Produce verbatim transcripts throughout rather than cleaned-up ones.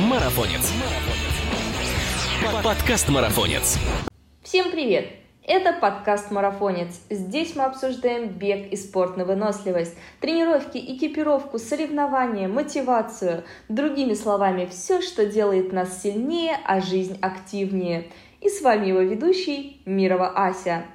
Марафонец. Подкаст «Марафонец». Всем привет! Это подкаст «Марафонец». Здесь мы обсуждаем бег и спорт на выносливость, тренировки, экипировку, соревнования, мотивацию. Другими словами, все, что делает нас сильнее, а жизнь активнее. И с вами его ведущий Мирова Ася.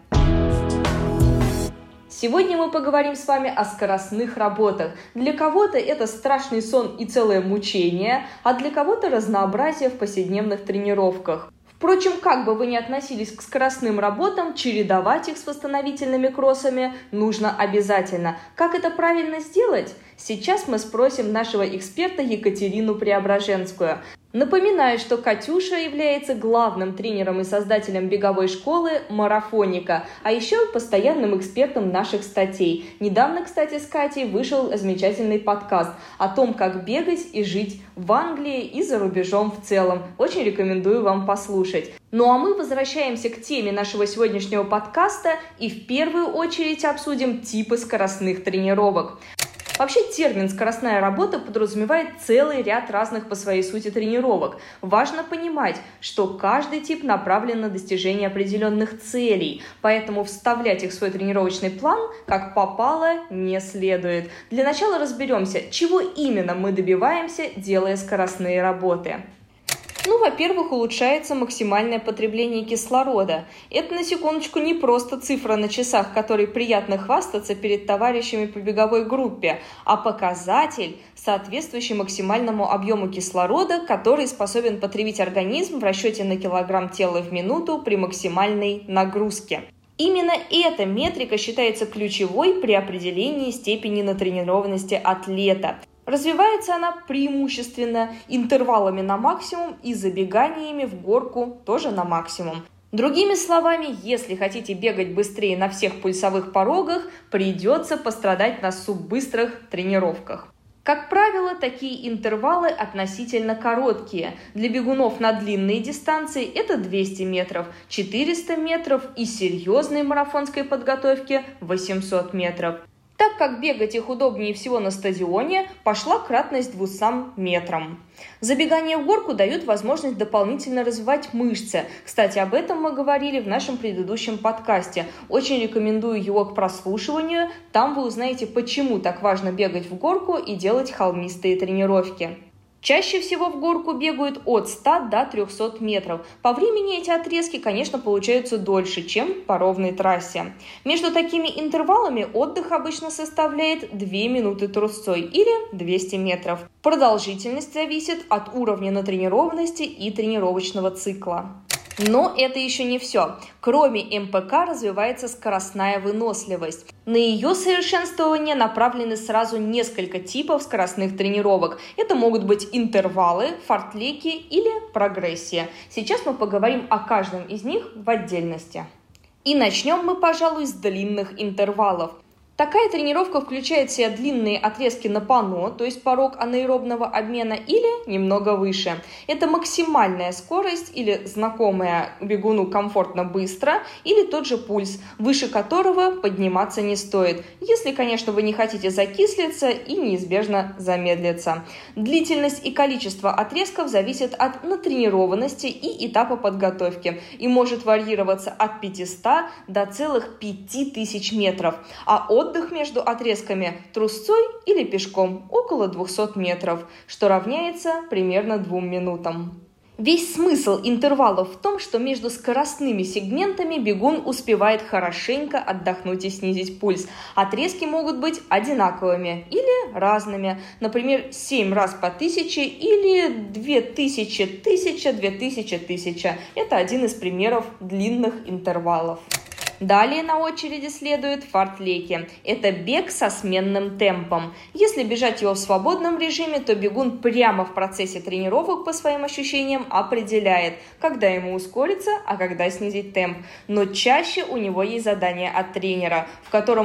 Сегодня мы поговорим с вами о скоростных работах. Для кого-то это страшный сон и целое мучение, а для кого-то разнообразие в повседневных тренировках. Впрочем, как бы вы ни относились к скоростным работам, чередовать их с восстановительными кроссами нужно обязательно. Как это правильно сделать? Сейчас мы спросим нашего эксперта Екатерину Преображенскую. Напоминаю, что Катюша является главным тренером и создателем беговой школы «Марафоника», а еще постоянным экспертом наших статей. Недавно, кстати, с Катей вышел замечательный подкаст о том, как бегать и жить в Англии и за рубежом в целом. Очень рекомендую вам послушать. Ну а мы возвращаемся к теме нашего сегодняшнего подкаста и в первую очередь обсудим типы скоростных тренировок. Вообще термин «скоростная работа» подразумевает целый ряд разных по своей сути тренировок. Важно понимать, что каждый тип направлен на достижение определенных целей, поэтому вставлять их в свой тренировочный план как попало не следует. Для начала разберемся, чего именно мы добиваемся, делая скоростные работы. Ну, во-первых, улучшается максимальное потребление кислорода. Это, на секундочку, не просто цифра на часах, которой приятно хвастаться перед товарищами по беговой группе, а показатель, соответствующий максимальному объему кислорода, который способен потребить организм в расчете на килограмм тела в минуту при максимальной нагрузке. Именно эта метрика считается ключевой при определении степени натренированности атлета. Развивается она преимущественно интервалами на максимум и забеганиями в горку тоже на максимум. Другими словами, если хотите бегать быстрее на всех пульсовых порогах, придется пострадать на суббыстрых тренировках. Как правило, такие интервалы относительно короткие. Для бегунов на длинные дистанции это двести метров, четыреста метров и серьезной марафонской подготовки восемьсот метров. Так как бегать их удобнее всего на стадионе, пошла кратность двухсот метрам. Забегания в горку дают возможность дополнительно развивать мышцы. Кстати, об этом мы говорили в нашем предыдущем подкасте. Очень рекомендую его к прослушиванию. Там вы узнаете, почему так важно бегать в горку и делать холмистые тренировки. Чаще всего в горку бегают от ста до трехсот метров. По времени эти отрезки, конечно, получаются дольше, чем по ровной трассе. Между такими интервалами отдых обычно составляет две минуты трусцой или двести метров. Продолжительность зависит от уровня натренированности и тренировочного цикла. Но это еще не все. Кроме эм пэ ка развивается скоростная выносливость. На ее совершенствование направлены сразу несколько типов скоростных тренировок. Это могут быть интервалы, фортлеки или прогрессия. Сейчас мы поговорим о каждом из них в отдельности. И начнем мы, пожалуй, с длинных интервалов. Такая тренировка включает в себя длинные отрезки на пано, то есть порог анаэробного обмена, или немного выше. Это максимальная скорость или знакомая бегуну комфортно быстро, или тот же пульс, выше которого подниматься не стоит, если, конечно, вы не хотите закислиться и неизбежно замедлиться. Длительность и количество отрезков зависит от натренированности и этапа подготовки и может варьироваться от пятисот до целых пяти тысяч метров, а от Отдых между отрезками трусцой или пешком около двухсот метров, что равняется примерно двум минутам. Весь смысл интервалов в том, что между скоростными сегментами бегун успевает хорошенько отдохнуть и снизить пульс. Отрезки могут быть одинаковыми или разными, например, семь раз по тысяче или две тысячи, тысяча, две тысячи, тысяча. Это один из примеров длинных интервалов. Далее на очереди следуют фортлеки. Это бег со сменным темпом. Если бежать его в свободном режиме, то бегун прямо в процессе тренировок по своим ощущениям определяет, когда ему ускориться, а когда снизить темп. Но чаще у него есть задание от тренера, в котором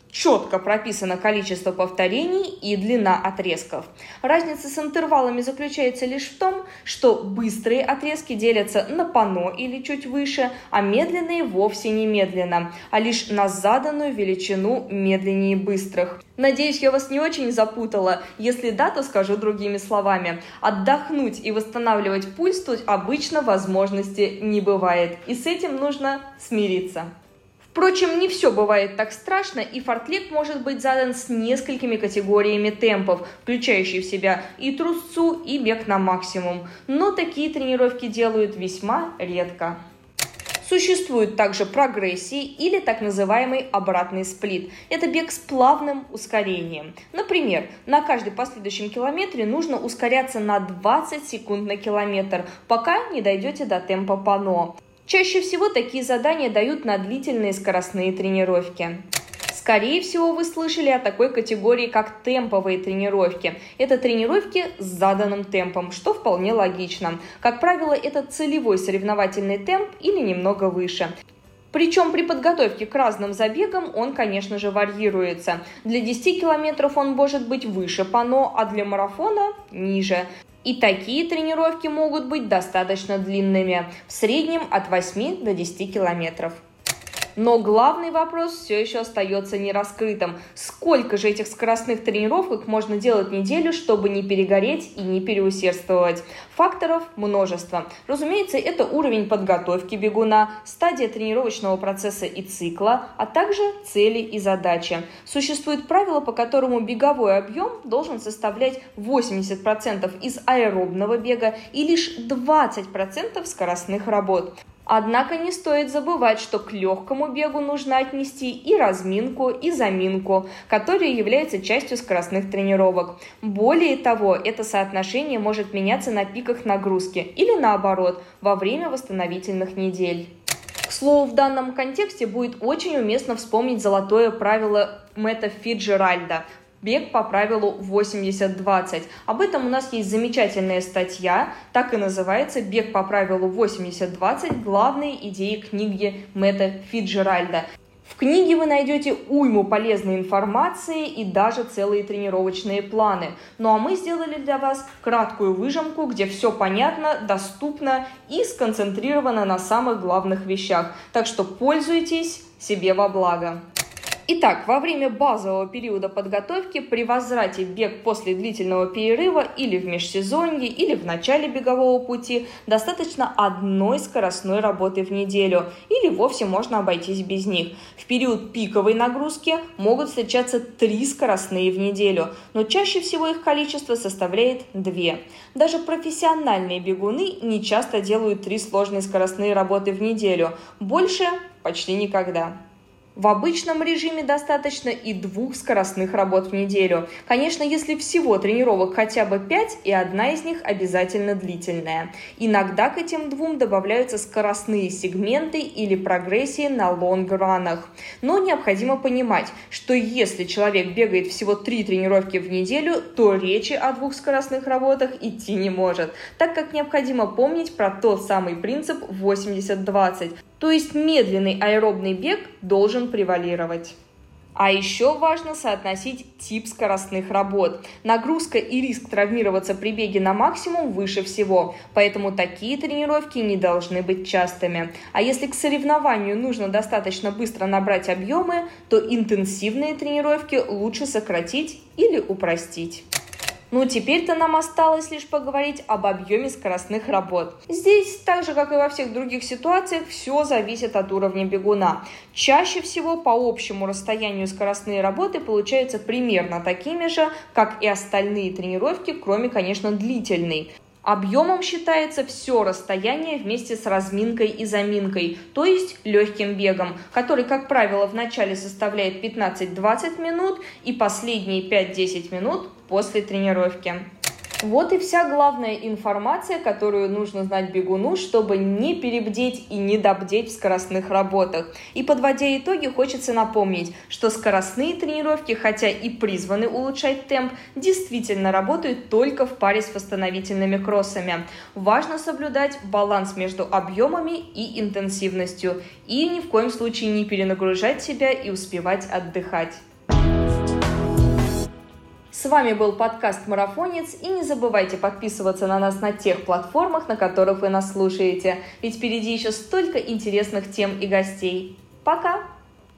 четко прописано количество повторений и длина отрезков. Разница с интервалами заключается лишь в том, что быстрые отрезки делятся на пано или чуть выше, а медленные вовсе не медленно, а лишь на заданную величину медленнее быстрых. Надеюсь, я вас не очень запутала. Если да, то скажу другими словами. Отдохнуть и восстанавливать пульс тут обычно возможности не бывает, и с этим нужно смириться. Впрочем, не все бывает так страшно, и фортлег может быть задан с несколькими категориями темпов, включающих в себя и трусцу, и бег на максимум. Но такие тренировки делают весьма редко. Существуют также прогрессии или так называемый обратный сплит. Это бег с плавным ускорением. Например, на каждом последующем километре нужно ускоряться на двадцать секунд на километр, пока не дойдете до темпа пано. Чаще всего такие задания дают на длительные скоростные тренировки. Скорее всего, вы слышали о такой категории, как темповые тренировки. Это тренировки с заданным темпом, что вполне логично. Как правило, это целевой соревновательный темп или немного выше. Причем при подготовке к разным забегам он, конечно же, варьируется. Для десяти километров он может быть выше пано, а для марафона – ниже. И такие тренировки могут быть достаточно длинными, в среднем от восьми до десяти километров. Но главный вопрос все еще остается нераскрытым. Сколько же этих скоростных тренировок можно делать в неделю, чтобы не перегореть и не переусердствовать? Факторов множество. Разумеется, это уровень подготовки бегуна, стадия тренировочного процесса и цикла, а также цели и задачи. Существует правило, по которому беговой объем должен составлять восемьдесят процентов из аэробного бега и лишь двадцать процентов скоростных работ. Однако не стоит забывать, что к легкому бегу нужно отнести и разминку, и заминку, которые являются частью скоростных тренировок. Более того, это соотношение может меняться на пиках нагрузки или наоборот, во время восстановительных недель. К слову, в данном контексте будет очень уместно вспомнить золотое правило Мэтта Фицджеральда – бег по правилу восемьдесят двадцать. Об этом у нас есть замечательная статья, так и называется «Бег по правилу восемьдесят двадцать. Главные идеи книги Мэтта Фицджеральда». В книге вы найдете уйму полезной информации и даже целые тренировочные планы. Ну а мы сделали для вас краткую выжимку, где все понятно, доступно и сконцентрировано на самых главных вещах. Так что пользуйтесь себе во благо. Итак, во время базового периода подготовки при возврате в бег после длительного перерыва или в межсезонье, или в начале бегового пути достаточно одной скоростной работы в неделю, или вовсе можно обойтись без них. В период пиковой нагрузки могут встречаться три скоростные в неделю, но чаще всего их количество составляет две. Даже профессиональные бегуны не часто делают три сложные скоростные работы в неделю, больше почти никогда. В обычном режиме достаточно и двух скоростных работ в неделю. Конечно, если всего тренировок хотя бы пять, и одна из них обязательно длительная. Иногда к этим двум добавляются скоростные сегменты или прогрессии на лонг-ранах. Но необходимо понимать, что если человек бегает всего три тренировки в неделю, то речи о двух скоростных работах идти не может, так как необходимо помнить про тот самый принцип восемьдесят двадцать. То есть медленный аэробный бег должен превалировать. А еще важно соотносить тип скоростных работ. Нагрузка и риск травмироваться при беге на максимум выше всего, поэтому такие тренировки не должны быть частыми. А если к соревнованию нужно достаточно быстро набрать объемы, то интенсивные тренировки лучше сократить или упростить. Ну, теперь-то нам осталось лишь поговорить об объеме скоростных работ. Здесь, так же, как и во всех других ситуациях, все зависит от уровня бегуна. Чаще всего по общему расстоянию скоростные работы получаются примерно такими же, как и остальные тренировки, кроме, конечно, длительной. Объемом считается все расстояние вместе с разминкой и заминкой, то есть легким бегом, который, как правило, в начале составляет пятнадцать-двадцать минут и последние пять-десять минут после тренировки. Вот и вся главная информация, которую нужно знать бегуну, чтобы не перебдеть и не добдеть в скоростных работах. И подводя итоги, хочется напомнить, что скоростные тренировки, хотя и призваны улучшать темп, действительно работают только в паре с восстановительными кроссами. Важно соблюдать баланс между объемами и интенсивностью, и ни в коем случае не перенагружать себя и успевать отдыхать. С вами был подкаст «Марафонец», и не забывайте подписываться на нас на тех платформах, на которых вы нас слушаете, ведь впереди еще столько интересных тем и гостей. Пока!